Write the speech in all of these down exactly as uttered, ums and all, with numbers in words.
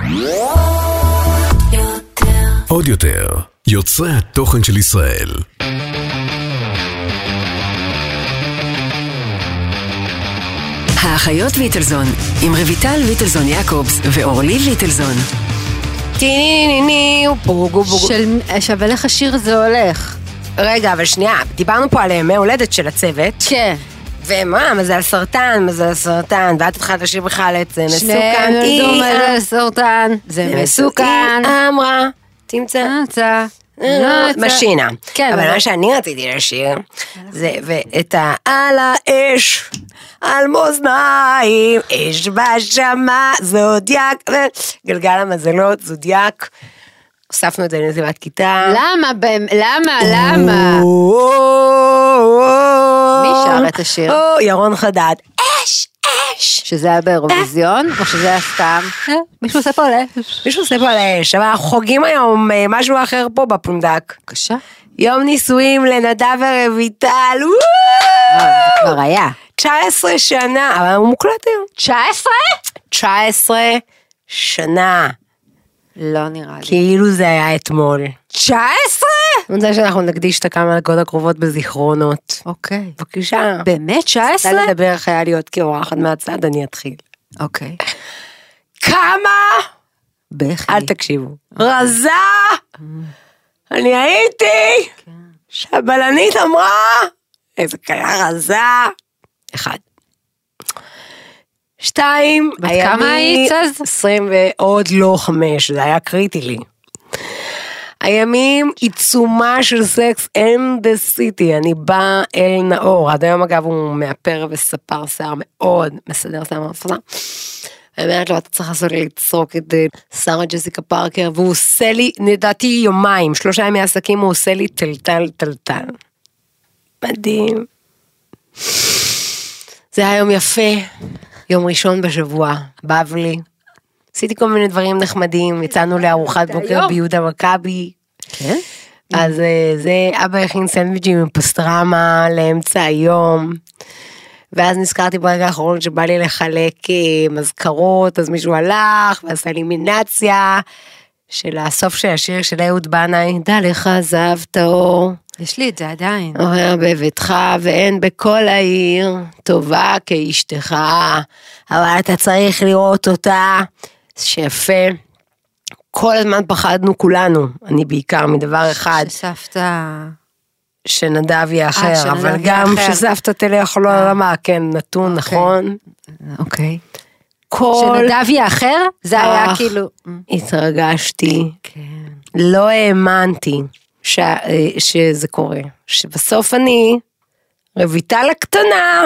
עוד יותר, יוצרי התוכן של ישראל. האחיות ויטלזון, עם רויטל ויטלזון יעקובס ואורלי ויטלזון. של שווה לך שיר זה הולך. רגע, אבל שנייה, דיברנו פה על ימי הולדת של הצוות. כן. ומה, מזל סרטן, מזל סרטן, ואת התחלת לשיר בכלל את זה מסוכן. שניהם נולדו מזל סרטן, זה מסוכן. אמרה, תמצא. תמצא. משינה. אבל מה שאני רציתי לשיר, זה ואת על האש, על מאזניים, אש בשמה, זודיאק, גלגל המזלות, זודיאק. הוספנו את זה לנזיבת כיתה. למה? למה? למה? מי שר את השיר? ירון חדד. אש, אש. שזה היה באירוויזיון, או שזה היה סתם? מישהו עושה פה על אש. מישהו עושה פה על אש, אבל אנחנו חוגים היום משהו אחר פה בפונדק. בבקשה. יום נישואים לנדב ורויטל. זה כבר היה. תשע עשרה שנה, אבל הוא מוקלט היום. תשע עשרה? תשע עשרה שנה. לא נראה לי. כאילו זה היה אתמול. תשע עשרה? אני רוצה שאנחנו נקדיש את הכמה דקות הקרובות בזיכרונות. אוקיי. בבקשה. באמת תשע עשרה? אתה לדבר איך היה להיות כאורחת מהצד, אני אתחיל. אוקיי. כמה? בכי. אל תקשיבו. רזה! אני הייתי! שהבלנית אמרה, איזה קיה רזה. אחד. שתיים. בת כמה היית אז? עשרים ועוד לא חמש, זה היה קריטי לי. הימים עיצומה של סקס אין דה סיטי, אני באה אל נאור, עד היום אגב הוא מאפר וספר שיער מאוד, מסדר שיער מאוד פסה. אני אומרת לו, אתה צריך לעשות לי לצרוק את שרה ג'סיקה פארקר, והוא עושה לי, נדעתי יומיים, שלושה ימי עסקים הוא עושה לי טלטל טלטל. מדהים. זה היה יום יפה, יום ראשון בשבוע, בבלי. עשיתי כל מיני דברים נחמדים, יצאנו לארוחת בוקר ביהודה מכבי. כן? אז זה, אבא הכין סנדוויג'ים עם פסטרמה לאמצע היום, ואז נזכרתי ברגע האחרון שבא לי לחלק מזכרות, אז מישהו הלך ועשה אלימינציה של הסוף של השיר של אהוד בנאי, דע לך זהב טהור. יש לי את זה עדיין. אוהר בביתך ואין בכל העיר, טובה כאשתך, אבל אתה צריך לראות אותה, שיפה. כל הזמן פחדנו כולנו, אני בעיקר מדבר אחד. שסבתא... שנדב יהיה אחר, אבל גם שסבתא תלך לא למה, כן, נתון, נכון? אוקיי. שנדב יהיה אחר? זה היה כאילו... התרגשתי. לא האמנתי שזה קורה. שבסוף אני, רויטל הקטנה,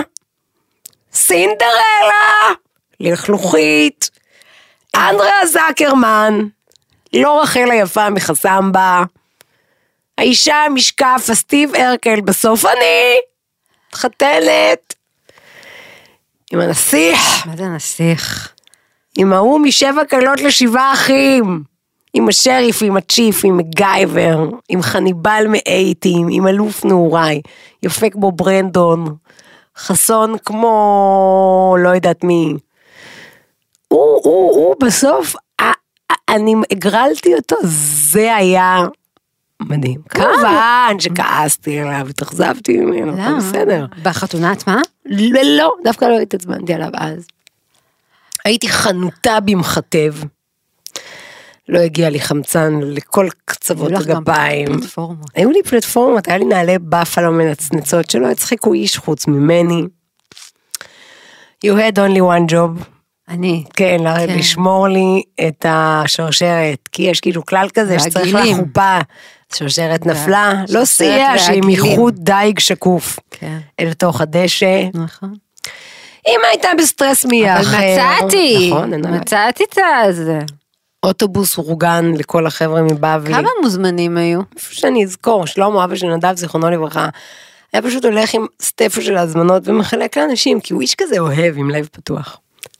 סינדרלה, לכלוכית, אנדריה זקרמן, לא רחל היפה מחסמבה, האישה המשקף, הסטיב ארקל, בסוף אני, חתנת, עם הנסיך. מה זה נסיך? עם ההוא משבע קלות לשבעה אחים, עם השריף, עם הצ'יף, עם גייבר, עם חניבל מאייטים, עם אלוף נעוריי, יפה כמו ברנדון, חסון כמו לא יודעת מי. הוא, הוא, הוא בסוף, אני הגרלתי אותו, זה היה מדהים. כמובן שכעסתי עליו, התאכזבתי ממנו, אבל בסדר. בחתונת מה? לא, דווקא לא התעצבנתי עליו אז. הייתי חנותה במחטב. לא הגיע לי חמצן לכל קצוות הגפיים. היו לי פלטפורמות, היה לי נעלי בפלו מנצנצות שלא הצחיקו איש חוץ ממני. You had only one job. אני. כן, לשמור לי את השרשרת, כי יש כאילו כלל כזה שצריך לחופה, שרשרת נפלה, לא סייע שהיא מחוט דייג שקוף, אל תוך הדשא. נכון. אם הייתה בסטרס מי אחר. אבל מצאתי, מצאתי את זה. אוטובוס אורגן לכל החבר'ה מבבלי. כמה מוזמנים היו? איפה שאני אזכור, שלמה אבא של נדב זיכרונו לברכה, היה פשוט הולך עם סטפו של הזמנות ומחלק לאנשים, כי הוא איש כזה אוהב עם לב פתוח.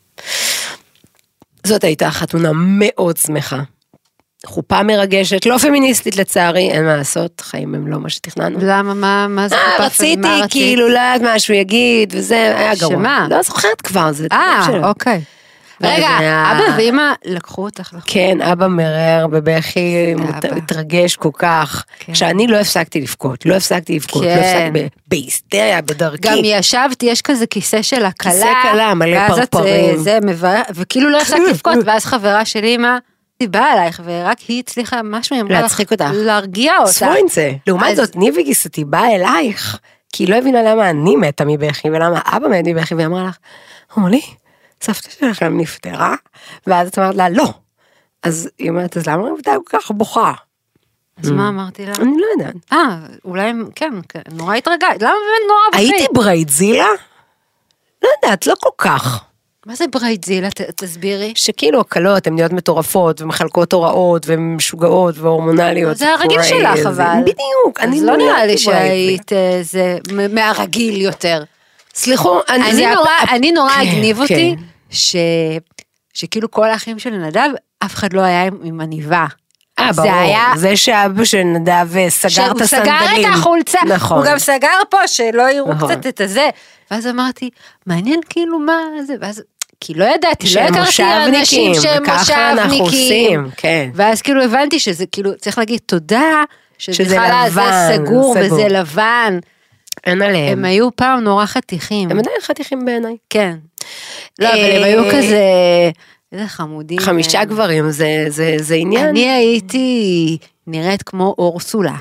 זאת הייתה חתונה מאוד שמחה. חופה מרגשת, לא פמיניסטית לצערי, אין מה לעשות, חיים הם לא מה שתכננו. למה, מה, מה זה חופה? רציתי כאילו, לא יודעת מה שהוא יגיד, וזה היה גרוע. שמה? לא זוכרת כבר, זה... אה, אוקיי. רגע, וה- אבא ואמא לקחו אותך לחוץ. כן, אבא מרר בבכי, אבא. מתרגש כל כך. כן. שאני לא הפסקתי לבכות, לא הפסקתי לבכות, כן. לא הפסקתי ב- בהיסטריה, בדרכי. גם ישבתי, יש כזה כיסא של הכלה. כיסא כלה, מלא ואז את, פרפרים. אה, זה מבאר, וכאילו לא הפסקתי לבכות, ואז חברה של אמא, היא באה אלייך, ורק היא הצליחה משהו, היא אמרה לך, להצחיק אותך. להרגיע אותך. ספוינצה. לעומת אז- זאת, ניבי גיסתי באה אלייך, כי היא לא הבינה למה אני מתה מבכי, ולמה אבא מת מבכי, והיא אמרה לך, אמרו לי, סבתא שלכם נפטרה, ואז את אמרת לה, לא. אז היא אומרת, אז למה רבתה כל כך בוכה? אז מה אמרתי לה? אני לא יודעת. אה, אולי, הם- כן, כן, נורא התרגשת, למה באמת נורא בכי? הייתי ברייטזילה? לא יודעת, לא כל כך. מה זה ברייטזילה? ת- תסבירי. שכאילו הקלות הן נהיות מטורפות, ומחלקות הוראות, ומשוגעות, והורמונליות. זה הרגיל crazy. שלך, אבל. בדיוק, אני אז לא נראה לי הייתי ברייטזילה. שהיית אה, זה מ- מהרגיל יותר. סליחו, אני זה נורא, הפ- אני נורא כן, הגניב אותי, כן. ש... שכאילו כל האחים של נדב, אף אחד לא היה עם, עם עניבה. אה, זה ברור. היה- זה שאבא של נדב סגר את שהוא סגר הסנדלים. את החולצה, נכון. הוא גם סגר פה שלא יראו נכון. קצת את הזה. ואז אמרתי, מעניין כאילו מה זה, ואז, כי לא ידעתי, לא שהם הכרתי אנשים מושבניקים, שהם וככה אנחנו מושבניקים. עושים, כן. ואז כאילו הבנתי שזה כאילו, צריך להגיד תודה, שזה שזה בכלל לבן, זה סגור, סגור. וזה לבן. אין עליהם. הם היו פעם נורא חתיכים. הם עדיין חתיכים בעיניי. כן. לא, אבל הם אה, היו כזה, איזה חמודים. חמישה הם. גברים, זה- זה זה עניין. אני הייתי נראית כמו אורסולה.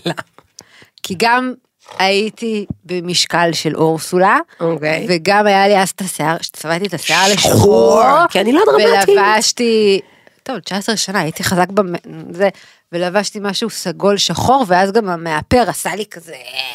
כי גם הייתי במשקל של אורסולה, אוקיי. וגם היה לי אז את השיער, צבעתי את השיער שחור, לשחור, כי אני לא דרמטית. ולבשתי, טוב, תשע עשרה שנה, הייתי חזק בזה, ולבשתי משהו סגול שחור, ואז גם המאפר עשה לי כזה,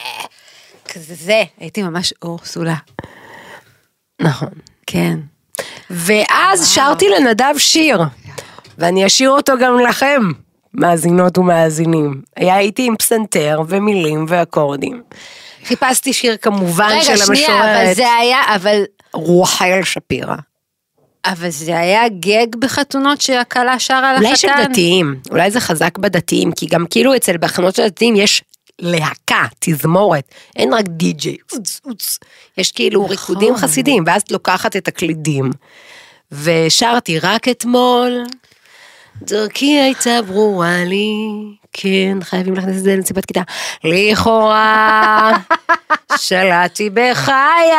כזה זה, הייתי ממש אורסולה. נכון. כן. ואז שרתי לנדב שיר, ואני אשיר אותו גם לכם, מאזינות ומאזינים. היה איתי עם פסנתר ומילים ואקורדים. חיפשתי שיר כמובן של רגע, שנייה, אבל המשוררת זה היה, אבל, רוחל שפירא. אבל זה היה גג בחתונות שהכלה שרה לחתן. אולי של דתיים, אולי זה חזק בדתיים, כי גם כאילו אצל בחנות של דתיים יש להקה, תזמורת, אין רק די-ג'יי, אוץ, אוץ. יש כאילו ריקודים חסידים, ואז את לוקחת את הקלידים, ושרתי רק אתמול, דרכי הייתה ברורה לי, כן, חייבים להכניס את זה לנסיבת כיתה, לכאורה, שלטתי בחיי,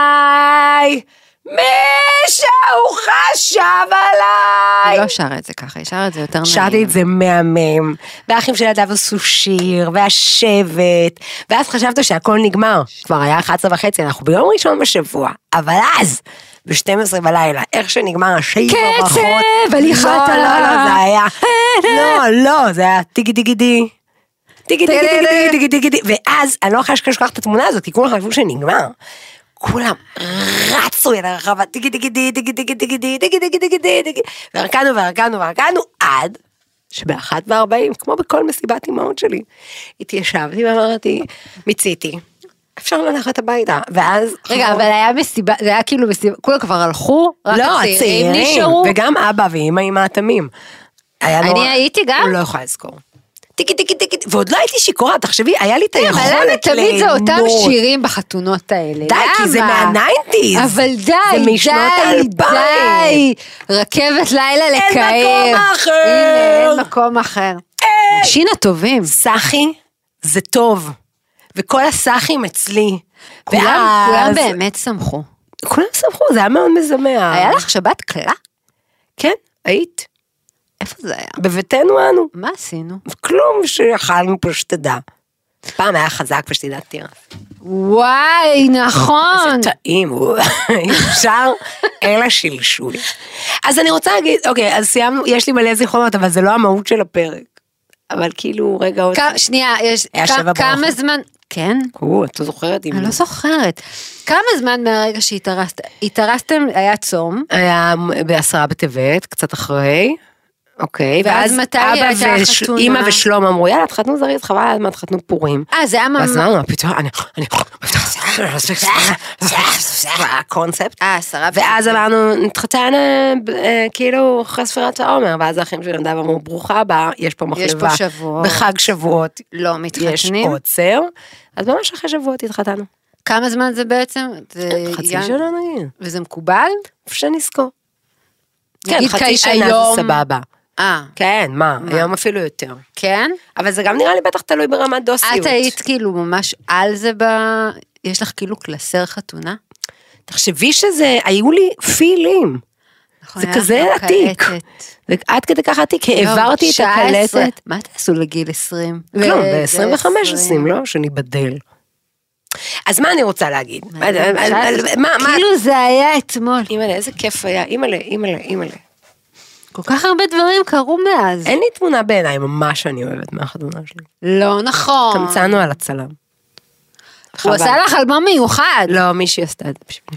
מישהו חשב עליי. היא לא שרה את זה ככה, היא שרה את זה יותר נעים. שרתי את זה מהמם, והאחים של נדב עשו שיר, והשבט, ואז חשבת שהכל נגמר, כבר היה אחת עשרה וחצי, אנחנו ביום ראשון בשבוע, אבל אז, ב-שתים עשרה בלילה, איך שנגמר השיר קצב, ברכות, הליכת לא, לא, עליו. לא, זה היה, לא, לא, זה היה טיגי טיגי די, טיגי טיגי טיגי טיגי טיגי טיגי, ואז, אני לא יכולה לשכוח את התמונה הזאת, כי כולם חשבו שנגמר. כולם רצו אל הרחבה, טיגי טיגי די, טיגי טיגי טיגי די, טיגי טיגי טיגי די, טיגי, והרקנו והרקנו והרקנו עד שבאחת וארבעים, כמו בכל מסיבת אימהות שלי, התיישבתי ואמרתי, מיציתי, אפשר ללכת הביתה, ואז... רגע, אבל היה מסיבה, זה היה כאילו מסיבה, כולם כבר הלכו, רק לא, הצעירים הצעירים, נשארו. וגם אבא ואמא עם האטמים. היה אני נורא- הייתי גם? הוא לא יכול לזכור. טיקי טיקי טיקי, ועוד לא הייתי שיכורה, תחשבי, היה לי את אבל למה היכולת תמיד זה אותם ליהנות. שירים בחתונות האלה? די, כי זה למה? מהניינטיז. אבל די, זה משנות די, האלפיים. די. רכבת לילה אין לקהר. מקום אחר. הנה, אין מקום אחר. שינה טובים. סחי זה טוב, וכל הסחים אצלי. כולם ואז- כולם באמת שמחו. כולם שמחו, זה היה מאוד מזמע. היה לך שבת קלה? כן, היית. איפה זה היה? בביתנו אנו. מה עשינו? כלום שאכלנו פשטדה. פעם היה חזק פשטידת תירס. וואי, נכון. זה טעים, אפשר אל השלשול. אז אני רוצה להגיד, אוקיי, אז סיימנו, יש לי מלא זיכרונות, אבל זה לא המהות של הפרק. אבל כאילו, רגע, עוד... כ- שנייה, יש היה כ- שבע כמה ברכות. זמן, כן? או, את לא זוכרת? אם- אני לא זוכרת. כמה זמן מהרגע שהתארסת, התארסתם, היה צום, היה בעשרה בטבת, קצת אחרי. אוקיי, ואז ואז מתי אבא הייתה וש- החתונה? אמא ושלום אמרו, יאללה, תחתנו זריז, חבל על הזמן, תחתנו פורים. אה, זה היה ממש... ואז אמרנו, פתאום, אני, אני, הקונספט. אה, עשרה. ואז אמרנו, נתחתן אה, כאילו אחרי ספירת העומר, ואז האחים של נדב אמרו, ברוכה הבאה, יש פה יש מחלבה. פה שבועות. בחג שבועות לא יש מתחתנים. עוצר, אז ממש אחרי שבועות התחתנו. כמה זמן זה בעצם? זה חצי ין- שנה נגיד, וזה מקובל? איפה שנזכור. כן, נגיד חצי כי שנה היום- זה סבבה. אה, כן, מה, היום אפילו יותר. כן? אבל זה גם נראה לי בטח תלוי ברמת דוסיות. את היית כאילו ממש על זה ב... יש לך כאילו קלסר חתונה? תחשבי שזה, היו לי פילים. נכון, זה היה כזה לך עתיק. קלטת. זה עד כדי כך עתיק, העברתי את תשע עשרה. הקלטת. מה תעשו לגיל עשרים? כלום, וזה ב-עשרים וחמש עשרים. עושים, לא? שניבדל. אז מה אני רוצה להגיד? מה, מה, כאילו זה היה אתמול. אימא'לה, איזה כיף היה, אימא'לה, אימא'לה, אימא'לה. כל כך הרבה דברים קרו מאז. אין לי תמונה בעיניי, ממש שאני אוהבת מהחתונה שלי. לא נכון. תמצאנו על הצלם. הוא חבל. עשה לך אלבום מיוחד. לא, מישהי עשתה את זה בשבילי.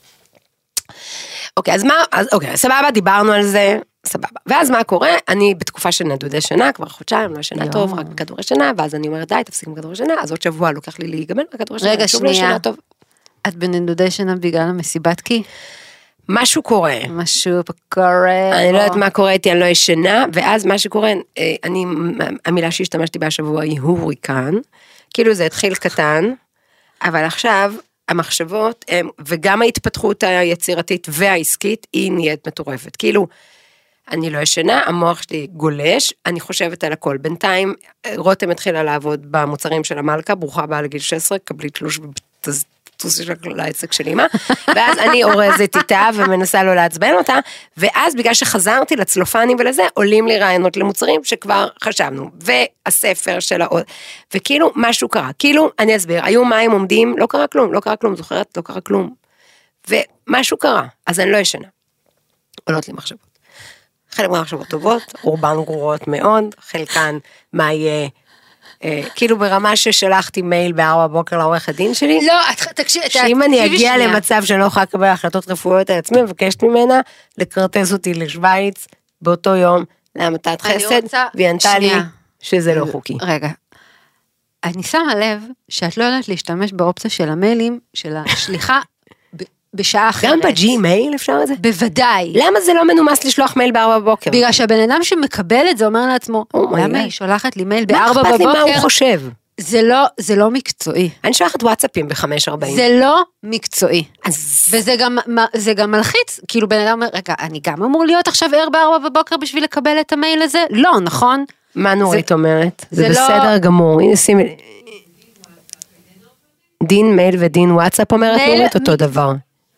אוקיי, אז מה, אז אוקיי, סבבה, דיברנו על זה, סבבה. ואז מה קורה? אני בתקופה של נדודי שינה, כבר חודשיים, לא ישנה יואו. טוב, רק בכדורי שינה, ואז אני אומרת, די, תפסיק עם כדורי שינה, אז עוד שבוע לוקח לי להיגמל בכדורי שינה. רגע, שוב לא שנייה. ישנה טוב. את בנדודי שינה בגלל המסיבת קי? משהו קורה. משהו קורה. אני לא יודעת מה קורה איתי, אני לא ישנה, ואז מה שקורה, אה, אני, המילה שהשתמשתי בה השבוע היא הוריקן, כאילו זה התחיל קטן, אבל עכשיו המחשבות, הם, וגם ההתפתחות היצירתית והעסקית, היא נהיית מטורפת. כאילו, אני לא ישנה, המוח שלי גולש, אני חושבת על הכל. בינתיים, רותם התחילה לעבוד במוצרים של המלכה, ברוכה הבאה לגיל שש עשרה, קבלי תלוש טוסי של העסק של אמא, ואז אני אורזת איתה ומנסה לא לעצבן אותה, ואז בגלל שחזרתי לצלופנים ולזה, עולים לי רעיונות למוצרים שכבר חשבנו, והספר של העוד, וכאילו משהו קרה, כאילו, אני אסביר, היו מים עומדים, לא קרה כלום, לא קרה כלום, זוכרת? לא קרה כלום, ומשהו קרה, אז אני לא ישנה, עולות לי מחשבות. חלק מהמחשבות טובות, רובן גרועות מאוד, חלקן מה יהיה, כאילו ברמה ששלחתי מייל בארבע בבוקר לעורך הדין שלי, לא, תקשיבי, שאם אני אגיע למצב שאני לא יכולה לקבל החלטות רפואיות על עצמי, מבקשת ממנה לקרטס אותי לשוויץ באותו יום להמתת חסד, והיא ענתה לי שזה לא חוקי. רגע, אני שמה לב שאת לא יודעת להשתמש באופציה של המיילים, של השליחה, בשעה אחרת. גם בג'ימייל אפשר את זה? בוודאי. למה זה לא מנומס לשלוח מייל בארבע בבוקר? בגלל שהבן אדם שמקבל את זה אומר לעצמו, למה היא שולחת לי מייל בארבע בבוקר? מה אכפת לי מה הוא חושב? זה לא, זה לא מקצועי. אני שולחת וואטסאפים ב-חמש ארבעים. זה לא מקצועי. אז... וזה גם, זה גם מלחיץ, כאילו בן אדם אומר, רגע, אני גם אמור להיות עכשיו ער בארבע בבוקר בשביל לקבל את המייל הזה? לא, נכון? מה נורית אומרת? זה זה לא- בסדר גמור. הנה שימי... דין מייל ודין וואטסאפ אומרת מייל- נורית אותו דבר.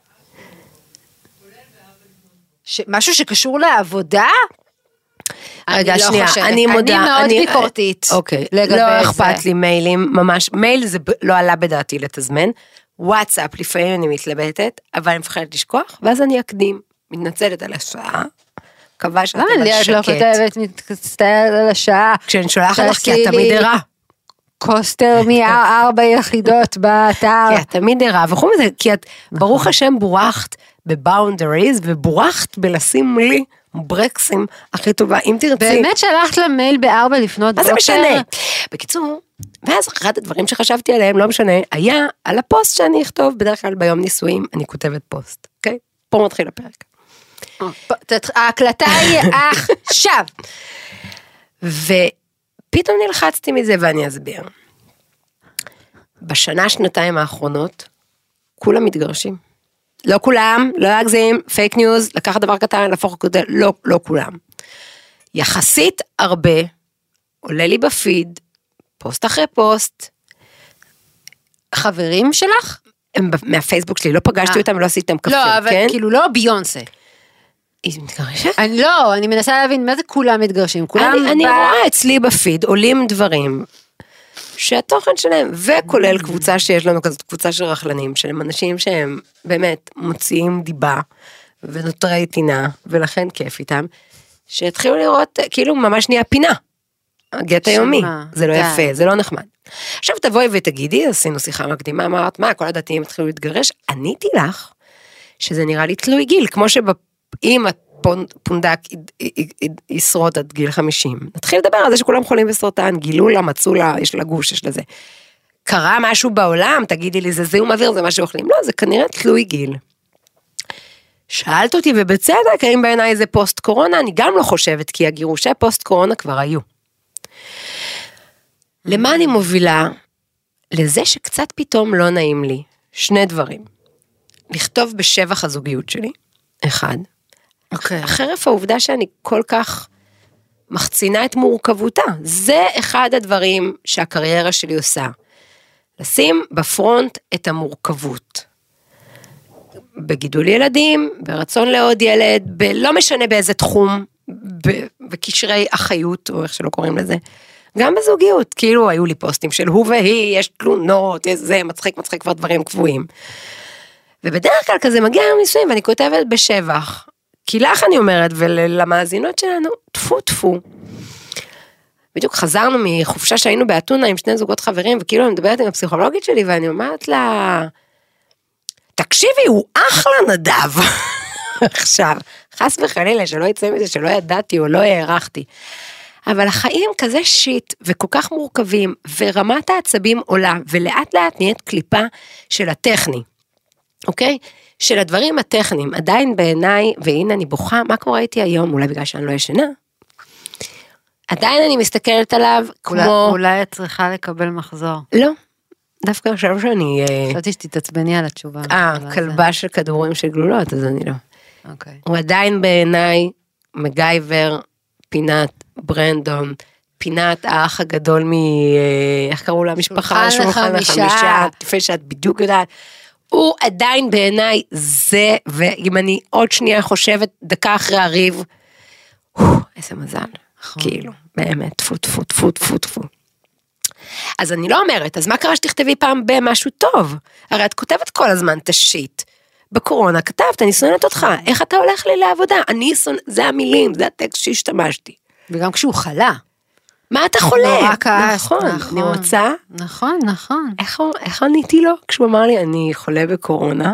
ש- משהו שקשור לעבודה? רגע, אני לא שנייה, חושבת. אני מודה. אני מאוד אני- ביקורתית. אוקיי, לגבי לא זה. אכפת לי מיילים, ממש, מייל זה ב- לא עלה בדעתי לתזמן, וואטסאפ לפעמים אני מתלבטת, אבל אני מפחדת לשכוח, ואז אני אקדים, מתנצלת על השעה, מקווה שאת למה לי את לא כותבת, מצטערת על השעה? כשאני שולחת לך, כי את תעשי תמיד לי ערה. קוסטר מארבע יחידות באתר. כי את תמיד ערה, וחוץ מזה, כי את, ברוך השם, בורחת בבאונדריז, ובורחת בלשים לי ברקסים הכי טובה, אם תרצי. באמת שלחת לה מייל בארבע לפנות מה בוקר? זה משנה? בקיצור, ואז אחד הדברים שחשבתי עליהם, לא משנה, היה על הפוסט שאני אכתוב, בדרך כלל ביום נישואים, אני כותבת פוסט, אוקיי? פה מתחיל הפרק. ההקלטה היא עכשיו. ופתאום נלחצתי מזה ואני אסביר. בשנה, שנתיים האחרונות, כולם מתגרשים. לא כולם, לא להגזים, פייק ניוז, לקחת דבר קטן, להפוך כותל, לא, לא כולם. יחסית הרבה, עולה לי בפיד, פוסט אחרי פוסט, חברים שלך? הם מהפייסבוק שלי, לא פגשתי אותם, לא עשיתי איתם קפה, לא, אבל כן? כאילו לא ביונסה. היא מתגרשת? אני לא, אני מנסה להבין מה זה כולם מתגרשים. כולם אני, אני ב- רואה אצלי בפיד, עולים דברים, שהתוכן שלהם, וכולל קבוצה שיש לנו כזאת קבוצה של רכלנים, שהם אנשים שהם באמת מוציאים דיבה, ונותרי טינה, ולכן כיף איתם, שהתחילו לראות, כאילו ממש נהיה פינה, הגט היומי, זה לא די. יפה, זה לא נחמד. עכשיו תבואי ותגידי, עשינו שיחה מקדימה, אמרת, מה, כל הדתיים התחילו להתגרש, עניתי לך, שזה נראה לי תלוי גיל, כמו שאם הפונדק ישרוד עד גיל חמישים, נתחיל לדבר על זה שכולם חולים בסרטן, גילו לה, מצאו לה, יש לה גוש, יש לזה. קרה משהו בעולם, תגידי לי, זה זיהום אוויר, זה מה שאוכלים, לא, זה כנראה תלוי גיל. שאלת אותי, ובצדק, האם בעיניי זה פוסט קורונה, אני גם לא חושבת, כי הגירושי פוסט קורונה כבר היו. למה אני מובילה? לזה שקצת פתאום לא נעים לי. שני דברים. לכתוב בשבח הזוגיות שלי, אחד. אוקיי. חרף העובדה שאני כל כך מחצינה את מורכבותה. זה אחד הדברים שהקריירה שלי עושה. לשים בפרונט את המורכבות. בגידול ילדים, ברצון לעוד ילד, לא משנה באיזה תחום, בקשרי אחיות, או איך שלא קוראים לזה. גם בזוגיות, כאילו היו לי פוסטים של הוא והיא, יש תלונות, יש זה, מצחיק, מצחיק כבר דברים קבועים. ובדרך כלל כזה מגיע היום נישואים, ואני כותבת בשבח. כי לך אני אומרת, ולמאזינות שלנו, תפו תפו. בדיוק חזרנו מחופשה שהיינו באתונה עם שני זוגות חברים, וכאילו אני מדברת עם הפסיכולוגית שלי, ואני אומרת לה, תקשיבי, הוא אחלה נדב. עכשיו, חס וחלילה, שלא יצא מזה, שלא ידעתי או לא הערכתי. אבל החיים כזה שיט, וכל כך מורכבים, ורמת העצבים עולה, ולאט לאט נהיית קליפה של הטכני. אוקיי? של הדברים הטכניים, עדיין בעיניי, והנה אני בוכה, מה קורה איתי היום, אולי בגלל שאני לא ישנה, עדיין אני מסתכלת עליו כמו... אולי את צריכה לקבל מחזור. לא, דווקא עכשיו שאני... חשבתי שתתעצבני על התשובה. אה, כלבה של כדורים של גלולות, אז אני לא. אוקיי. הוא עדיין בעיניי מגייבר, פינת ברנדון, פינת האח הגדול מ... איך קראו לה? משפחה, שולחן לחמישה. לפי שאת בדיוק יודעת. הוא עדיין בעיניי זה, ואם אני עוד שנייה חושבת דקה אחרי הריב, איזה מזל, כאילו, באמת, טפו, טפו, טפו, טפו, טפו. אז אני לא אומרת, אז מה קרה שתכתבי פעם במשהו טוב? הרי את כותבת כל הזמן תשיט. בקורונה כתבת, אני שונאת אותך, איך אתה הולך לי לעבודה? אני שונאת, זה המילים, זה הטקסט שהשתמשתי. וגם כשהוא חלה. מה אתה חולה? נורא כעס, נכון, נכון. אני רוצה. נכון, נכון. איך, איך עניתי לו? כשהוא אמר לי, אני חולה בקורונה,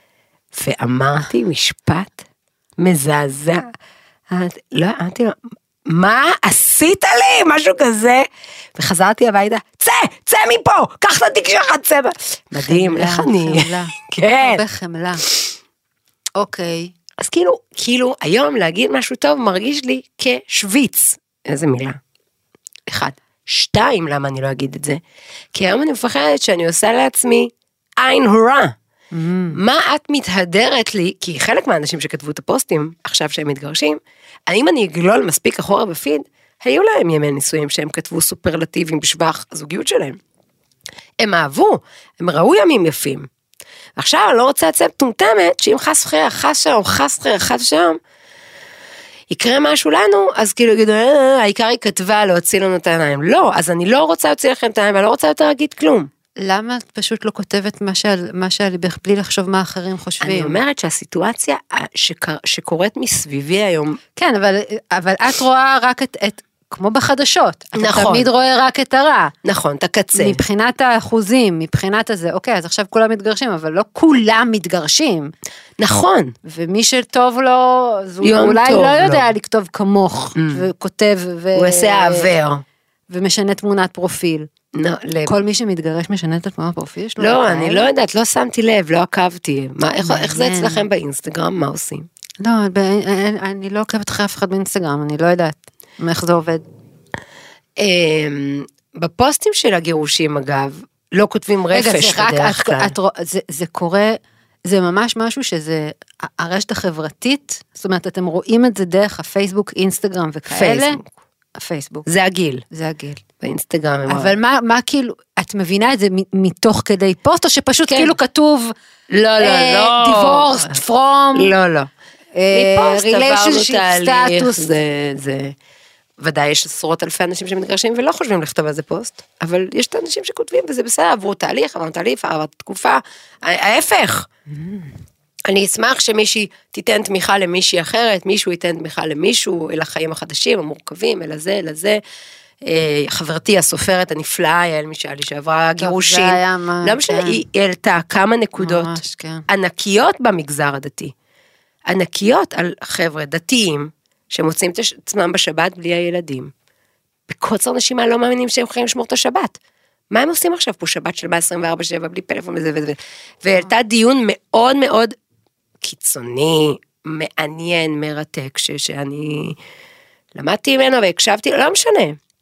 ואמרתי משפט מזעזע. לא, אמרתי לו, מה עשית לי? משהו כזה. וחזרתי הביתה, צא, צא מפה, קח את התיק שלך, צא. מדהים, איך אני? חמלה, כן. הרבה חמלה. אוקיי. אז כאילו, כאילו, היום להגיד משהו טוב מרגיש לי כשוויץ. איזה מילה. אחד. שתיים, למה אני לא אגיד את זה? כי היום אני מפחדת שאני עושה לעצמי עין הורה. Mm. מה את מתהדרת לי, כי חלק מהאנשים שכתבו את הפוסטים, עכשיו שהם מתגרשים, האם אני אגלול מספיק אחורה בפיד, היו להם ימי נישואים שהם כתבו סופרלטיבים בשבח הזוגיות שלהם. הם אהבו, הם ראו ימים יפים. עכשיו אני לא רוצה לצאת טומטמת, שאם חס וחלילה, חס שלום, חס וחלילה, חס שלום, יקרה משהו לנו, אז כאילו יגידו, העיקר היא כתבה להוציא לנו את העיניים. לא, אז אני לא רוצה להוציא לכם את העיניים, ואני לא רוצה יותר להגיד כלום. למה את פשוט לא כותבת מה שעל ליבך, בלי לחשוב מה אחרים חושבים? אני אומרת שהסיטואציה שקורית מסביבי היום... כן, אבל, אבל את רואה רק את, את כמו בחדשות. נכון. אתה תמיד רואה רק את הרע. נכון, את הקצה. מבחינת האחוזים, מבחינת הזה, אוקיי, אז עכשיו כולם מתגרשים, אבל לא כולם מתגרשים. נכון. ומי שטוב לו, הוא אולי לא יודע לו. לכתוב כמוך, mm. וכותב, ו... הוא עושה העבר. ומשנה תמונת פרופיל. לא, כל מי שמתגרש משנה את התמונת פרופיל שלו? לא, אני לא יודעת, לא שמתי לב, לא עקבתי. מה, איך, איך זה אצלכם באינסטגרם? מה עושים? לא, אני לא עוקבת אחרי אף אחד באינסטגרם, אני לא יודעת איך זה עובד. בפוסטים של הגירושים, אגב, לא כותבים רפש בדרך כלל. זה קורה, זה ממש משהו שזה, הרשת החברתית, זאת אומרת, אתם רואים את זה דרך הפייסבוק, אינסטגרם וכאלה. פייסבוק. הפייסבוק. זה הגיל. זה הגיל. באינסטגרם. אבל מה, מה כאילו, את מבינה את זה מתוך כדי פוסט, או שפשוט כאילו כתוב, לא, לא, לא. divorced from, לא, לא. מפוסט עברנו תהליך, status. זה, זה, ודאי יש עשרות אלפי אנשים שמתגרשים ולא חושבים לכתוב על זה פוסט, אבל יש את האנשים שכותבים וזה בסדר, עברו תהליך, עברו תהליך, עברו תקופה, ההפך. אני אשמח שמישהי תיתן תמיכה למישהי אחרת, מישהו ייתן תמיכה למישהו, אל החיים החדשים, המורכבים, אל הזה, אל הזה. חברתי הסופרת הנפלאה, יעל מישאלי, שעברה גירושים. לא משנה, היא העלתה כמה נקודות ענקיות במגזר הדתי. ענקיות על חבר'ה דתיים, שמוצאים את עצמם בשבת בלי הילדים. בקוצר נשימה לא מאמינים שהם יכולים לשמור את השבת. מה הם עושים עכשיו פה שבת של עשרים וארבע שבע בלי פלאפון וזה וזה. והעלתה דיון מאוד מאוד קיצוני, מעניין, מרתק, ש- שאני למדתי ממנו והקשבתי, לא משנה.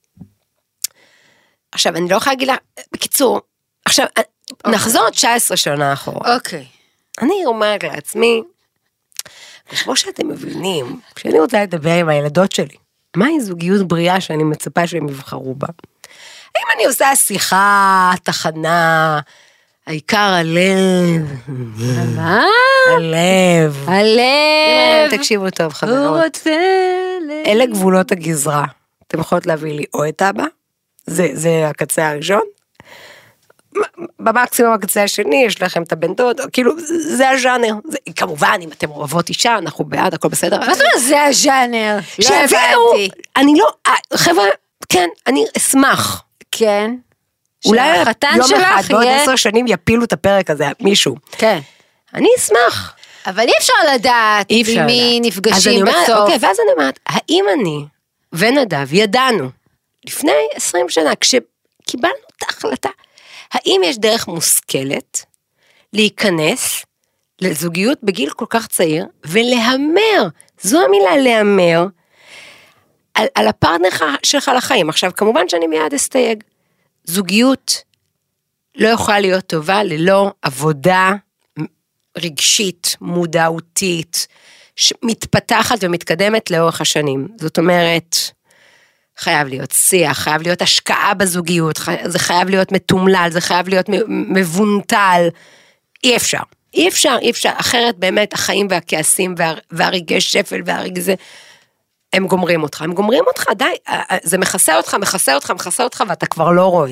עכשיו, אני לא יכולה להגיד לה, בקיצור, עכשיו, נחזור תשע עשרה שנה אחורה. אוקיי. אני אומרת לעצמי, כמו שאתם מבינים, כשאני רוצה לדבר עם הילדות שלי, מהי זוגיות בריאה שאני מצפה שהם יבחרו בה? האם אני עושה שיחה, תחנה, העיקר הלב. מה? הלב. הלב. תקשיבו טוב, הוא חברות. רוצה ל... אלה גבולות הגזרה. אתם יכולות להביא לי או את אבא, זה, זה הקצה הראשון, במקסימום הקצה השני, יש לכם את הבן דוד, כאילו, זה הז'אנר. זה, כמובן, אם אתם אוהבות אישה, אנחנו בעד, הכל בסדר. מה זאת אומרת, זה הז'אנר? לא שיביאו, הבנתי. אני לא, חבר'ה, כן, אני אשמח. כן. אולי שהחתן יום שלך אחד, בעוד יהיה- עשר שנים יפילו את הפרק הזה, מישהו. כן. אני אשמח. אבל אי אפשר לדעת אי אפשר עם מי לדעת. אז אני נפגשים אומרת, בסוף. אוקיי, ואז אני אומרת, האם אני ונדב ידענו, לפני עשרים שנה, כשקיבלנו את ההחלטה, האם יש דרך מושכלת להיכנס לזוגיות בגיל כל כך צעיר, ולהמר, זו המילה להמר, על, על הפרטנר שלך לחיים. עכשיו, כמובן שאני מיד אסתייג. זוגיות לא יכולה להיות טובה ללא עבודה רגשית, מודעותית, מתפתחת ומתקדמת לאורך השנים. זאת אומרת, חייב להיות שיח, חייב להיות השקעה בזוגיות, זה חייב להיות מתומלל, זה חייב להיות מבונטל, אי אפשר, אי אפשר, אי אפשר, אחרת באמת החיים והכעסים וה, והרגעי שפל והרגע זה, הם גומרים אותך, הם גומרים אותך, די, זה מכסה אותך, מכסה אותך, מכסה אותך, ואתה כבר לא רואה.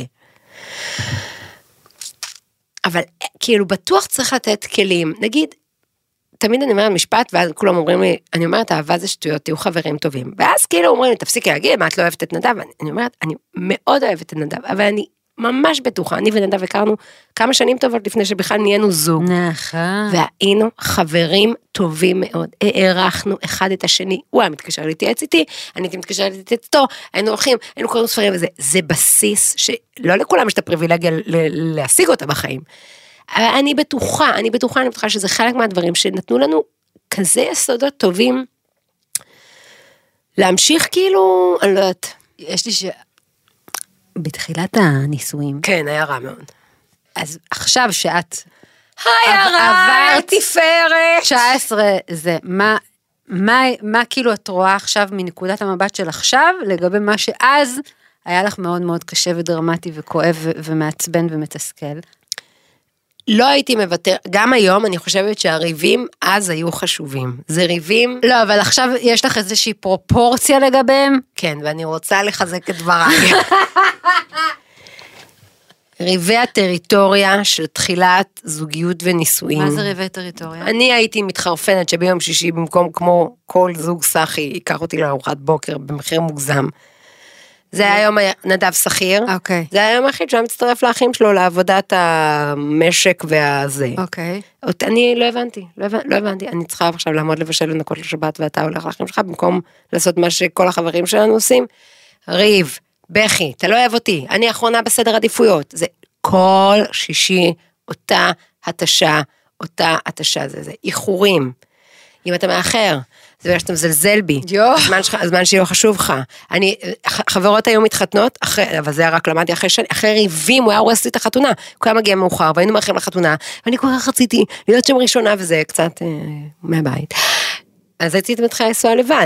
אבל כאילו בטוח צריך לתת כלים, נגיד, תמיד אני אומרת משפט, ואז כולם אומרים לי, אני אומרת, אהבה זה שטויות, תהיו חברים טובים. ואז כאילו אומרים לי, תפסיקי להגיד, מה את לא אוהבת את נדב? אני אומרת, אני מאוד אוהבת את נדב, אבל אני ממש בטוחה, אני ונדב הכרנו כמה שנים טובות לפני שבכלל נהיינו זוג. נכון. והיינו חברים טובים מאוד, הערכנו אחד את השני, הוא היה מתקשר להתייעץ איתי, אני הייתי מתקשר להתייעץ איתו, היינו הולכים, היינו קוראים ספרים וזה, זה בסיס שלא לכולם יש את הפריבילגיה להשיג אותה בחיים. אני בטוחה, אני בטוחה, אני בטוחה שזה חלק מהדברים שנתנו לנו כזה יסודות טובים, להמשיך כאילו, אני לא יודעת. יש לי ש... בתחילת הנישואים, כן, היה רע מאוד. אז עכשיו שאת היה רע, עברת תפארת. תשע עשרה, זה מה, מה, מה כאילו את רואה עכשיו מנקודת המבט של עכשיו, לגבי מה שאז היה לך מאוד מאוד קשה ודרמטי וכואב ו- ומעצבן ומתסכל? לא הייתי מוותר, גם היום אני חושבת שהריבים אז היו חשובים. זה ריבים... לא, אבל עכשיו יש לך איזושהי פרופורציה לגביהם? כן, ואני רוצה לחזק את דבריי. ריבי הטריטוריה של תחילת זוגיות ונישואים. מה זה ריבי טריטוריה? אני הייתי מתחרפנת שביום שישי במקום כמו כל זוג סחי, ייקח אותי לארוחת בוקר במחיר מוגזם. זה היה היום נדב שכיר. אוקיי. זה היה היום היחיד שהוא מצטרף לאחים שלו לעבודת המשק והזה. אוקיי. אני לא הבנתי, לא הבנתי, לא הבנתי. אני צריכה עכשיו לעמוד לבשל לנקות לשבת ואתה הולך לאחים שלך במקום לעשות מה שכל החברים שלנו עושים. ריב, בכי, אתה לא אוהב אותי, אני האחרונה בסדר עדיפויות. זה כל שישי אותה התשה, אותה התשה, זה זה איחורים. אם אתה מאחר, זה בגלל שאתה מזלזל בי, הזמן, שלך, הזמן שלי לא חשוב לך, אני, חברות היו מתחתנות, אחרי, אבל זה היה רק למדתי אחרי שני, אחרי ריבים, הוא היה הורס לי את החתונה, הוא היה מגיע מאוחר, והיינו מאחרים לחתונה, ואני כל כך רציתי להיות שם ראשונה, וזה קצת אה, מהבית, אז הייתי מתחילה לנסוע לבד,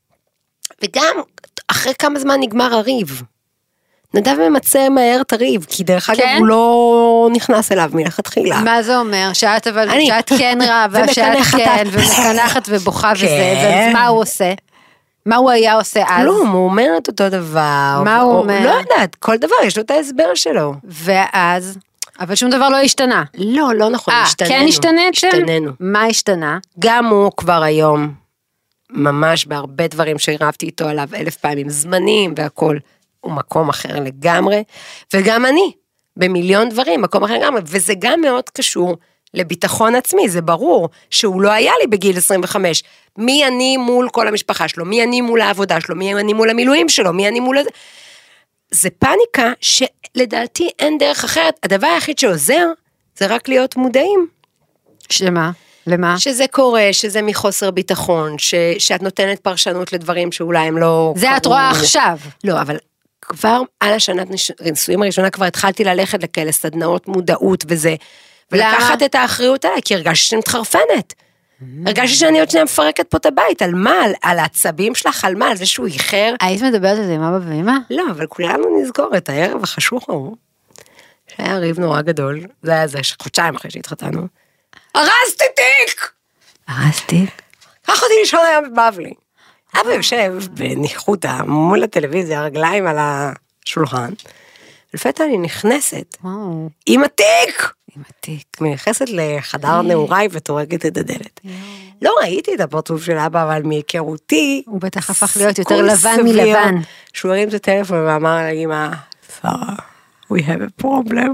וגם אחרי כמה זמן נגמר הריב, נדב ממצא מהר את הריב, כי דרך אגב כן? הוא לא נכנס אליו מלכתחילה. מה זה אומר? שאת אבל, אני. שאת כן רבה, שאת ומקנחת. כן, ומקנחת ובוכה וזה, כן. אז מה הוא עושה? מה הוא היה עושה אז? כלום, הוא אומר את אותו דבר. מה הוא או- אומר? לא יודעת, כל דבר יש לו את ההסבר שלו. ואז, אבל שום דבר לא השתנה. לא, לא נכון, אה, השתננו. כן השתנתם? השתננו. מה השתנה? גם הוא כבר היום, ממש בהרבה דברים שהרבתי איתו עליו אלף פעמים, זמנים והכל, הוא מקום אחר לגמרי, וגם אני, במיליון דברים, מקום אחר לגמרי, וזה גם מאוד קשור לביטחון עצמי, זה ברור שהוא לא היה לי בגיל עשרים וחמש, מי אני מול כל המשפחה שלו, מי אני מול העבודה שלו, מי אני מול המילואים שלו, מי אני מול... זה פאניקה שלדעתי אין דרך אחרת, הדבר היחיד שעוזר, זה רק להיות מודעים. שמה? למה? שזה קורה, שזה מחוסר ביטחון, ש, שאת נותנת פרשנות לדברים שאולי הם לא... זה קרו. את רואה עכשיו. לא, אבל כבר על השנת נישואים הראשונה כבר התחלתי ללכת לכאלה סדנאות מודעות וזה, ולקחת את האחריות עליי, כי הרגשתי שאני מתחרפנת. הרגשתי שאני עוד שניה מפרקת פה את הבית, על מה? על, על העצבים שלך, על מה? על זה שהוא איחר? היית מדברת על זה עם אבא ואמא? לא, אבל כולנו נזכור את הערב החשוך ההוא, שהיה ריב נורא גדול, זה היה זה חודשיים אחרי שהתחתנו. הרסתי תיק! הרסתי? קח אותי לישון היום בבלי. אבא יושב בניחותא מול הטלוויזיה, הרגליים על השולחן, ולפתע אני נכנסת, וואו. עם התיק! עם התיק. אני נכנסת לחדר נעוריי וטורקת את הדלת. לא ראיתי את הפרצוף של אבא, אבל מהיכרותי, הוא בטח הפך להיות יותר לבן מלבן. שהוא הרים את הטלפון ואמר לאמא, שרה, we have a problem.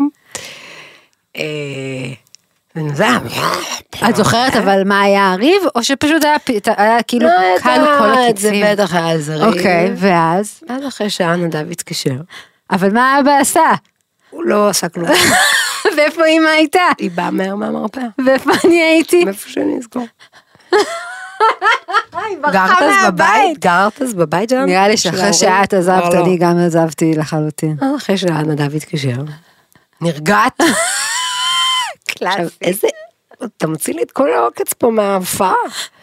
וזה את זוכרת אבל מה היה הריב, או שפשוט היה כאילו קל כל הקיצים? זה בטח היה איזה ריב. אוקיי, ואז? אז אחרי שעה נדב התקשר. אבל מה אבא עשה? הוא לא עשה כלום. ואיפה אמא הייתה? היא באה מהר מהמרפאה. ואיפה אני הייתי? מאיפה שאני אסגור. היא ברחה גרת אז מהבית. בבית? גרת אז בבית שלנו? נראה לי שאחרי שאת עזבת, אני גם עזבתי לחלוטין. אחרי שעה נדב התקשר. נרגעת? עכשיו, איזה... אתה מוציא לי את כל העוקץ פה מההופעה.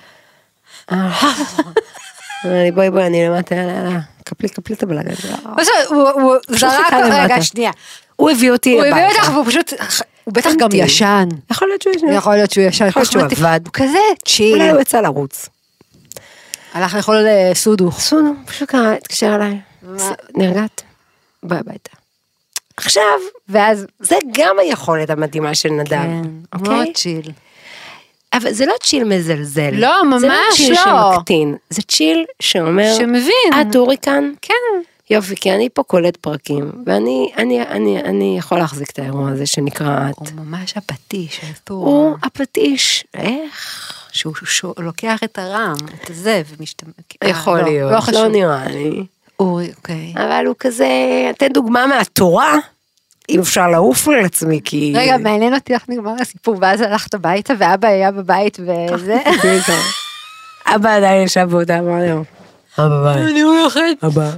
אני בואי בואי, אני למטה, יאללה, יאללה. קפלי, קפלי את הבלגן שלה. הוא זרק, רגע, שנייה. הוא הביא אותי הוא לבית. הביא אותך, והוא פשוט, הוא בטח גם ישן. יכול להיות שהוא ישן. יכול להיות שהוא ישן. יכול להיות שהוא עבד. הוא כזה צ'יל. אולי הוא יצא לרוץ. הלך לאכול סודוך. סונו, פשוט קרה, התקשר אליי. נרגעת? בואי הביתה. עכשיו, ואז, זה גם היכולת המדהימה של נדב. כן, אוקיי? מאוד צ'יל. אבל זה לא צ'יל מזלזל. לא, ממש זה לא צ'יל לא. שמקטין. זה צ'יל שאומר, שמבין. את אורי כאן? כן. יופי, כי אני פה קולט פרקים, ואני אני, אני, אני יכול להחזיק את האירוע הזה שנקרא את. הוא ממש הפטיש, הוא הפטיש. איך? שהוא שהוא לוקח את הרם, את זה, ומשתמש. יכול להיות, לא חשוב. לא נראה לי. אורי, אוקיי. אבל הוא כזה, אתן דוגמה מהתורה, אם אפשר לעוף על עצמי, כי... רגע, מעניין אותי איך נגמר הסיפור, ואז הלכת הביתה, ואבא היה בבית וזה. אבא עדיין ישב באותה, אמר לו, אבא ביי. אני הולכת. אבא.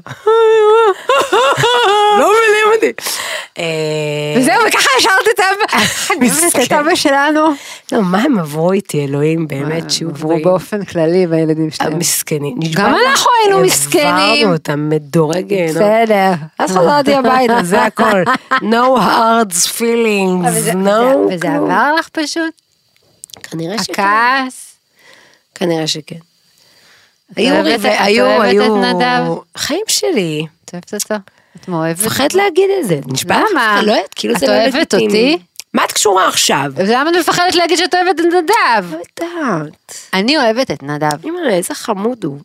לא מבינים אותי. וזהו, וככה השארת את אבא. מסכן. את אבא שלנו. לא, מה הם עברו איתי, אלוהים, באמת, שהוא עברו באופן כללי בילדים שלהם. המסכנים. גם אנחנו היינו מסכנים. עברנו אותם מדורגן. בסדר. אז חזרתי הביתה, זה הכל. No hard feelings, no. וזה עבר לך פשוט? כנראה שכן. הכעס? כנראה שכן. את היו אוהבת- ריבי, את היו, אוהבת היו, את נדב? חיים שלי. את אוהבת אותו? את מאוהבת? מפחד להגיד את זה, נשבע לך? למה? לא יודעת, כאילו את זה לא אוהבת לגיטימי. אותי? מה את קשורה עכשיו? אז למה את מפחדת להגיד שאת אוהבת את נדב? לא יודעת. אני אוהבת את נדב. אמא, איזה חמוד הוא.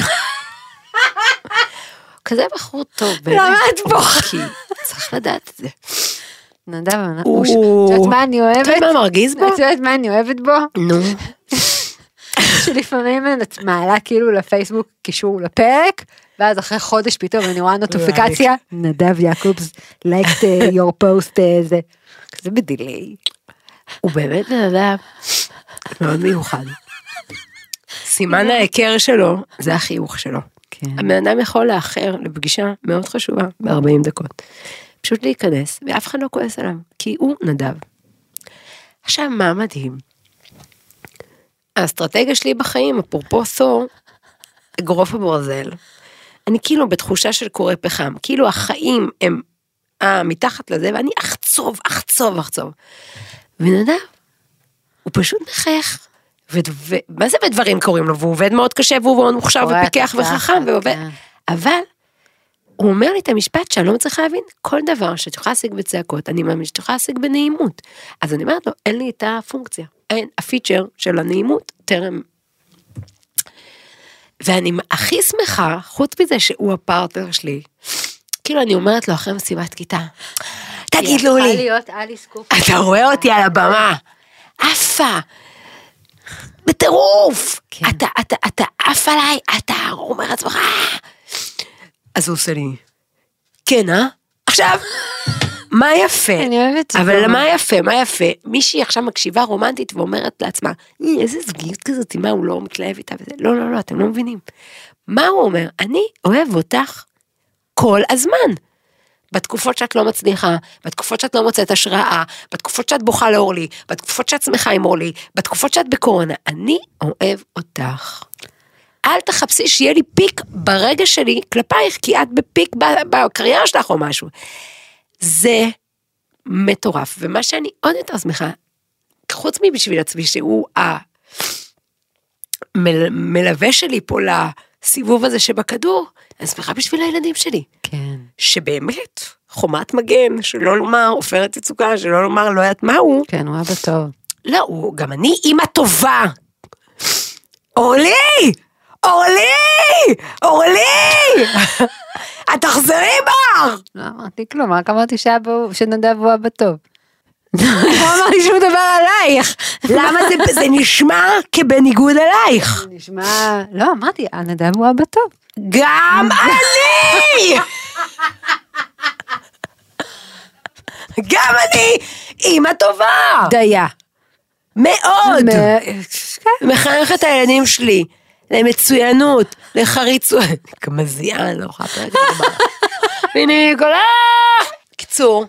כזה בחור טוב. למה את בוכה? כי צריך לדעת את זה. נדב, הוא- את יודעת מה אני את אוהבת? יודעת מה מרגיז בו? את יודעת מה אני אוהבת בו? נו. שלפעמים את מעלה כאילו לפייסבוק קישור לפרק, ואז אחרי חודש פתאום אני רואה נוטיפיקציה, נדב יעקובס, liked uh, your post, uh, זה, כזה בדילי. הוא באמת בן אדם מאוד מיוחד. סימן ההיכר שלו, זה החיוך שלו. כן. הבן אדם יכול לאחר לפגישה מאוד חשובה ב-ארבעים דקות. פשוט להיכנס, ואף אחד לא כועס עליו, כי הוא נדב. עכשיו, מה מדהים? האסטרטגיה שלי בחיים, אפרופו תור, אגרוף הברזל, אני כאילו בתחושה של קורא פחם, כאילו החיים הם אה, מתחת לזה, ואני אחצוב, אחצוב, אחצוב. ונדב, הוא פשוט מחייך. ומה זה בדברים קוראים לו? והוא עובד מאוד קשה, והוא מאוד מוכשר ופיקח וחכם, ועובד. אבל, הוא אומר לי את המשפט שאני לא מצליחה להבין, כל דבר שאת יכולה להשיג בצעקות, אני מאמין שאת יכולה להשיג בנעימות. אז אני אומרת לו, אין לי את הפונקציה, אין, הפיצ'ר של הנעימות, טרם. ואני הכי שמחה, חוץ מזה שהוא הפרטנר שלי, כאילו אני אומרת לו אחרי מסיבת כיתה, תגידו לי, להיות אליס קופר. אתה רואה אותי על הבמה, עפה, בטירוף, אתה, אתה, אתה עף עליי, אתה אומר עצמך, אז הוא עושה לי, כן, אה? עכשיו, מה יפה? אני אוהבת את אבל זה. מה יפה, מה יפה? מישהי עכשיו מקשיבה רומנטית ואומרת לעצמה, איזה זוגיות כזאת, מה הוא לא מתלהב איתה וזה? לא, לא, לא, אתם לא מבינים. מה הוא אומר? אני אוהב אותך כל הזמן. בתקופות שאת לא מצליחה, בתקופות שאת לא מוצאת השראה, בתקופות שאת בוכה לאורלי, בתקופות שאת שמחה עם אורלי, בתקופות שאת בקורונה, אני אוהב אותך. אל תחפשי שיהיה לי פיק ברגע שלי כלפייך, כי את בפיק בקריירה שלך או משהו. זה מטורף, ומה שאני עוד יותר שמחה, חוץ מבשביל עצמי שהוא המלווה שלי פה לסיבוב הזה שבכדור, אני שמחה בשביל הילדים שלי. כן. שבאמת, חומת מגן, שלא לומר, עופרת יצוקה, שלא לומר, לא יודעת מה הוא. כן, הוא אבא טוב. לא, הוא, גם אני אימא טובה. אורלי! אורלי! אורלי! את תחזרי בר! לא אמרתי כלום, רק אמרתי שנדב הוא אבא טוב. לא אמרתי שום דבר עלייך. למה זה, זה נשמע כבניגוד עלייך? זה נשמע, לא, אמרתי, נדב הוא אבא טוב. גם אני! גם אני! אימא טובה! דיה. מאוד! מחנך את הילדים שלי. למצוינות, לחריצות. כמזיעה, לא יכולה פרק לדבר. והנה קולה! קיצור.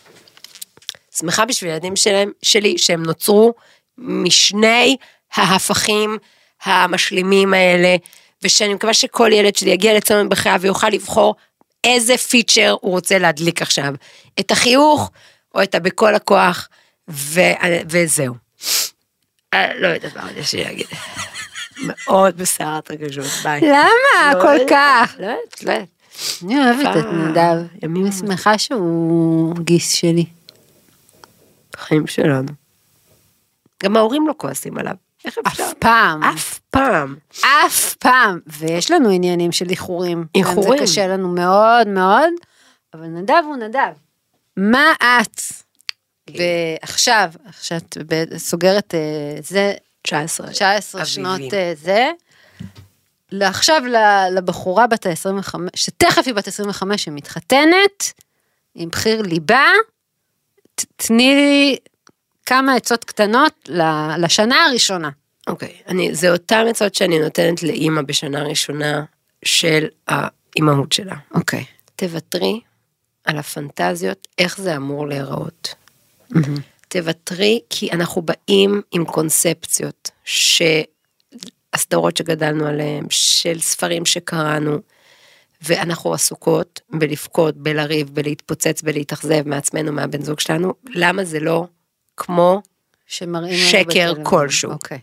שמחה בשביל ילדים שלהם, שלי, שהם נוצרו משני ההפכים המשלימים האלה, ושאני מקווה שכל ילד שלי יגיע לצלם בחייו, ויוכל לבחור איזה פיצ'ר הוא רוצה להדליק עכשיו. את החיוך, או את הבכל הכוח, ו... וזהו. לא יודעת מה עוד יש לי להגיד. מאוד בסערת רגשות, ביי. למה? כל כך. לא יודעת, לא יודעת. אני אוהבת את נדב. אני שמחה שהוא גיס שלי. חיים שלנו. גם ההורים לא כועסים עליו. איך אפשר? אף פעם. אף פעם. אף פעם. ויש לנו עניינים של איחורים. איחורים. זה קשה לנו מאוד מאוד, אבל נדב הוא נדב. מה את? ועכשיו, עכשיו את סוגרת זה, תשע עשרה. תשע עשרה שנות זה, לעכשיו לבחורה בת ה-עשרים וחמש, שתכף היא בת עשרים וחמש, שמתחתנת, עם בחיר ליבה, תני לי כמה עצות קטנות לשנה הראשונה. אוקיי, אני, זה אותם עצות שאני נותנת לאמא בשנה הראשונה של האימהות שלה. אוקיי. תוותרי על הפנטזיות, איך זה אמור להיראות. תוותרי, כי אנחנו באים עם קונספציות, שהסדרות שגדלנו עליהן, של ספרים שקראנו, ואנחנו עסוקות בלפקוד, בלריב, בלהתפוצץ, בלהתאכזב מעצמנו, מהבן זוג שלנו, למה זה לא כמו שקר כלשהו. אוקיי.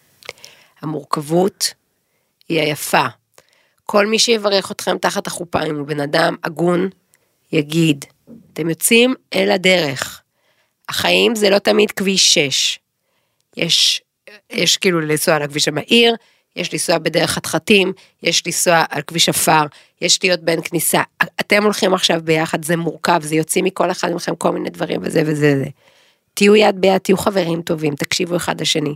המורכבות היא היפה. כל מי שיברך אתכם תחת החופה, אם הוא בן אדם הגון, יגיד, אתם יוצאים אל הדרך. החיים זה לא תמיד כביש שש. יש, יש כאילו לנסוע על הכביש המהיר, יש לנסוע בדרך חתחתים, יש לנסוע על כביש אפר, יש להיות בין כניסה. אתם הולכים עכשיו ביחד, זה מורכב, זה יוצאים מכל אחד מכם כל מיני דברים וזה וזה זה. תהיו יד ביד, תהיו חברים טובים, תקשיבו אחד לשני.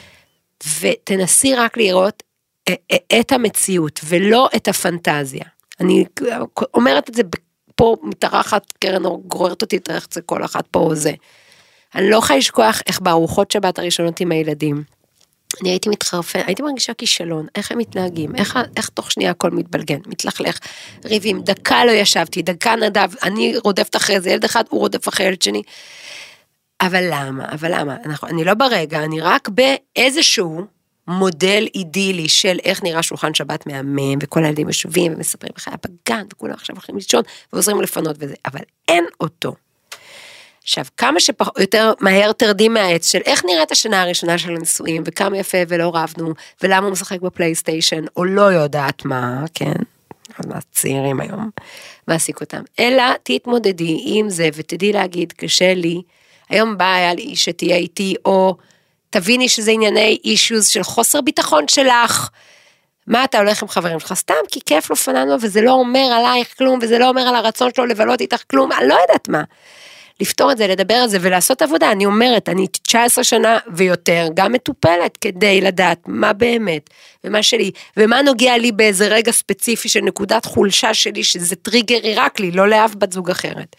ותנסי רק לראות את המציאות, ולא את הפנטזיה. אני אומרת את זה פה, מתארחת, קרן גוררת אותי, תראה את זה כל אחת פה או זה. אני לא יכולה לשכוח איך בארוחות שבת הראשונות עם הילדים, אני הייתי מתחרפן, הייתי מרגישה כישלון, איך הם מתנהגים, איך, איך תוך שנייה הכל מתבלגן, מתלכלך, ריבים, דקה לא ישבתי, דקה נדב, אני רודפת אחרי זה, ילד אחד, הוא רודף אחרי ילד שני, אבל למה, אבל למה, אנחנו, אני לא ברגע, אני רק באיזשהו מודל אידילי של איך נראה שולחן שבת מהמם, וכל הילדים יושבים ומספרים בחיי הפגן, וכולם עכשיו הולכים לישון, ועוזרים לפנות וזה, אבל אין אותו. עכשיו, כמה שיותר מהר תרדים מהעץ של איך נראית השנה הראשונה של הנישואים, וכמה יפה ולא רבנו, ולמה הוא משחק בפלייסטיישן, או לא יודעת מה, כן, מה צעירים היום, מעסיק אותם, אלא תתמודדי עם זה, ותדעי להגיד, קשה לי, היום בא היה לי שתהיה איתי, או תביני שזה ענייני אישוז של חוסר ביטחון שלך, מה אתה הולך עם חברים שלך, סתם כי כיף לו פננו, וזה לא אומר עלייך כלום, וזה לא אומר על הרצון שלו לבלות איתך כלום, אני לא יודעת מה. לפתור את זה, לדבר על זה ולעשות עבודה, אני אומרת, אני תשע עשרה שנה ויותר, גם מטופלת כדי לדעת מה באמת, ומה שלי, ומה נוגע לי באיזה רגע ספציפי של נקודת חולשה שלי, שזה טריגרי רק לי, לא לאף בת זוג אחרת.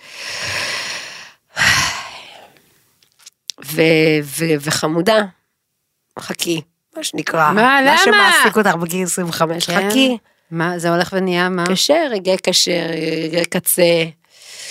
ו- ו- וחמודה, חכי, מה שנקרא, מה, למה? מה שמעסיק אותך בגיל עשרים וחמש, כן. חכי. מה, זה הולך ונהיה מה? קשה, רגעי קשה, רגעי קצה,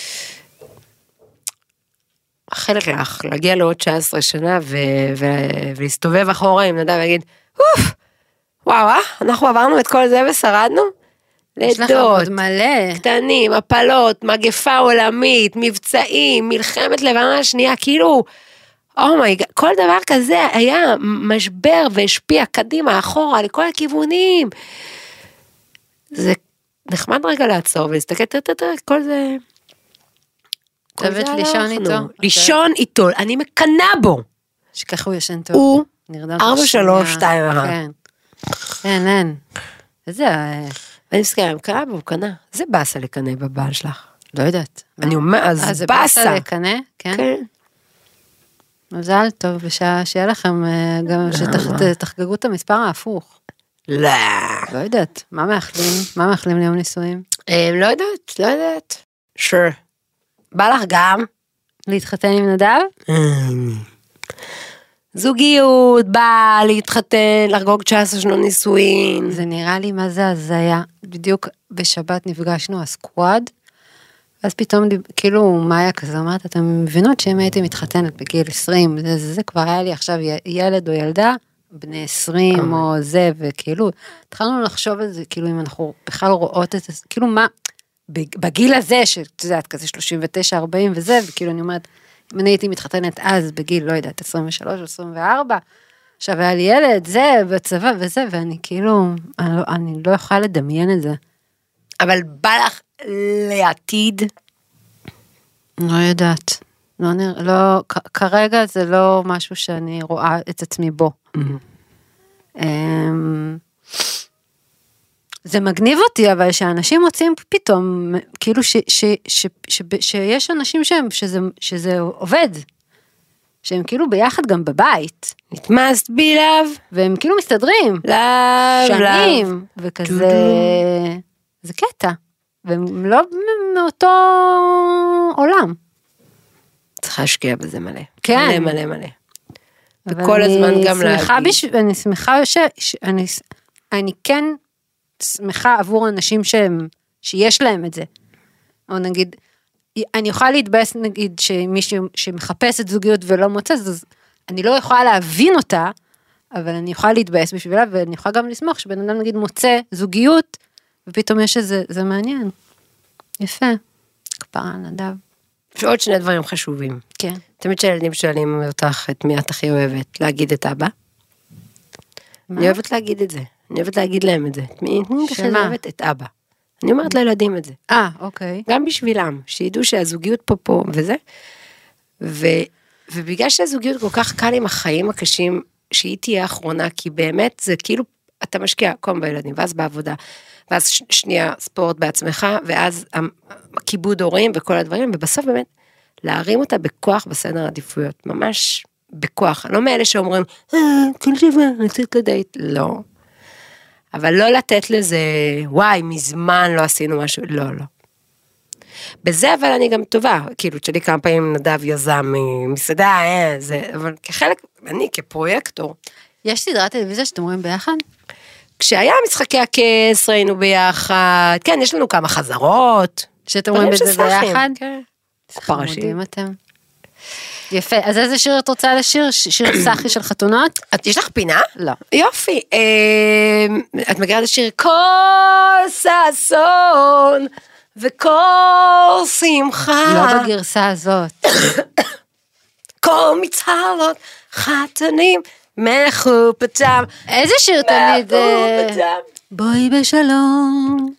מאחלת לך להגיע לעוד תשע עשרה שנה ו- ו- ולהסתובב אחורה עם נדב ולהגיד, אוף, וואו, אה? אנחנו עברנו את כל זה ושרדנו? יש לך לידות, עוד מלא. קטנים, הפלות, מגפה עולמית, מבצעים, מלחמת לבנון השנייה, כאילו, אומייג, כל דבר כזה היה משבר והשפיע קדימה, אחורה, לכל הכיוונים. זה נחמד רגע לעצור ולהסתכל, תראה, תראה, כל זה... אוהבת לישון איתו. לישון איתו, אני מקנה בו. שככה הוא ישן טוב. הוא נרדם ארבע, שלוש, שנייה. שתיים, אחת. כן. אין, אין. איזה... ואני מסתכל, אני מקנה בו, הוא קנה. זה באסה לקנה בבעל שלך. לא יודעת. אני אומר, אה, אז זה באסה. באסה לקנה? כן. כן. מזל טוב, בשעה שיהיה לכם אה, גם שתחגגו את המספר ההפוך. לא. לא יודעת. מה מאחלים? מה מאחלים ליום נישואים? אה, לא יודעת, לא יודעת. sure. בא לך גם? להתחתן עם נדב? זוגיות, בא להתחתן, לחגוג תשע עשרה שנות נישואין. זה נראה לי מה זה הזיה. בדיוק בשבת נפגשנו הסקוואד, אז פתאום כאילו מאיה כזה אומרת, אתם מבינות שאם הייתי מתחתנת בגיל עשרים, זה, זה, זה כבר היה לי עכשיו ילד או ילדה, בני עשרים או זה, וכאילו, התחלנו לחשוב על זה, כאילו אם אנחנו בכלל רואות את זה, כאילו מה, בגיל הזה, שאת יודעת, כזה שלושים ותשע ארבעים וזה, וכאילו אני אומרת, אם אני הייתי מתחתנת אז בגיל, לא יודעת, עשרים ושלוש, עשרים וארבע, עכשיו היה לי ילד, זה, בצבא וזה, ואני כאילו, אני לא, אני לא יכולה לדמיין את זה. אבל בא לך לעתיד? לא יודעת. לא, לא, כרגע זה לא משהו שאני רואה את עצמי בו. זה מגניב אותי, אבל שאנשים מוצאים פתאום, כאילו ש, ש, ש, ש, שיש אנשים שהם, שזה, שזה עובד, שהם כאילו ביחד גם בבית. נתמסת בי לב. והם כאילו מסתדרים. לב, שנים, וכזה, זה קטע. והם לא מאותו עולם. צריך להשקיע בזה מלא. כן. מלא מלא מלא. וכל הזמן גם להגיד. אני שמחה ש... אני, אני כן שמחה עבור אנשים שהם, שיש להם את זה. או נגיד, אני יכולה להתבאס נגיד שמישהו שמחפש את זוגיות ולא מוצא, אז אני לא יכולה להבין אותה, אבל אני יכולה להתבאס בשבילה, ואני יכולה גם לשמוח שבן אדם נגיד מוצא זוגיות, ופתאום יש איזה, זה מעניין. יפה. כפרה, נדב. יש עוד שני דברים חשובים. כן. תמיד שהילדים שואלים אותך את מי את הכי אוהבת, להגיד את אבא. אני אוהבת להגיד את זה. אני אוהבת להגיד להם את זה. את מי הכי אוהבת את אבא. אני אומרת לילדים את זה. אה, אוקיי. גם בשבילם, שידעו שהזוגיות פה פה וזה. ו, ובגלל שהזוגיות כל כך קל עם החיים הקשים, שהיא תהיה האחרונה, כי באמת זה כאילו, אתה משקיע קום בילדים, ואז בעבודה, ואז שנייה ספורט בעצמך, ואז כיבוד הורים וכל הדברים, ובסוף באמת, להרים אותה בכוח בסדר העדיפויות, ממש בכוח, לא מאלה שאומרים, אה, כל שבוע, נצאת לדייט, לא. אבל לא לתת לזה, וואי, מזמן לא עשינו משהו, לא, לא. בזה אבל אני גם טובה, כאילו, שלי כמה פעמים נדב יזם מסעדה, אה, זה, אבל כחלק, אני כפרויקטור. יש סדרת טלוויזיה שאתם רואים ביחד? כשהיה משחקי הכס, ראינו ביחד, כן, יש לנו כמה חזרות. שאתם רואים בזה ביחד? כן. חמודים אתם. יפה, אז איזה שיר את רוצה לשיר? שיר סחי של חתונות? יש לך פינה? לא. יופי. את מכירה את השיר כל ששון וכל שמחה. לא בגרסה הזאת. כל מצהלות חתנים מחופתם. איזה שיר תמיד? בואי בשלום.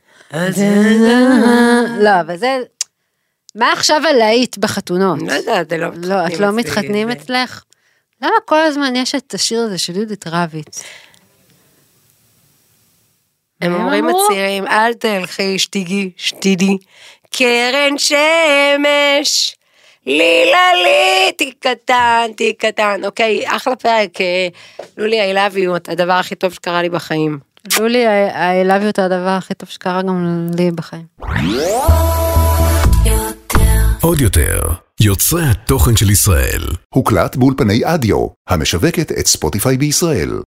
לא, אבל זה... מה עכשיו הלהיט בחתונות? לא יודעת, לא מתחתנים. לא, את לא מתחתנים אצלך? למה כל הזמן יש את השיר הזה של יהודית רביץ? הם אומרים הצעירים, אל תלכי, שתיגי, שתידי, קרן שמש, לילה לי, תיק קטן, תיק קטן, אוקיי, אחלה פרק, לולי, I love you, הדבר הכי טוב שקרה לי בחיים. לולי, I love you, הדבר הכי טוב שקרה גם לי בחיים. עוד יותר, יוצרי התוכן של ישראל. הוקלט באולפני אדיו, המשווקת את ספוטיפיי בישראל.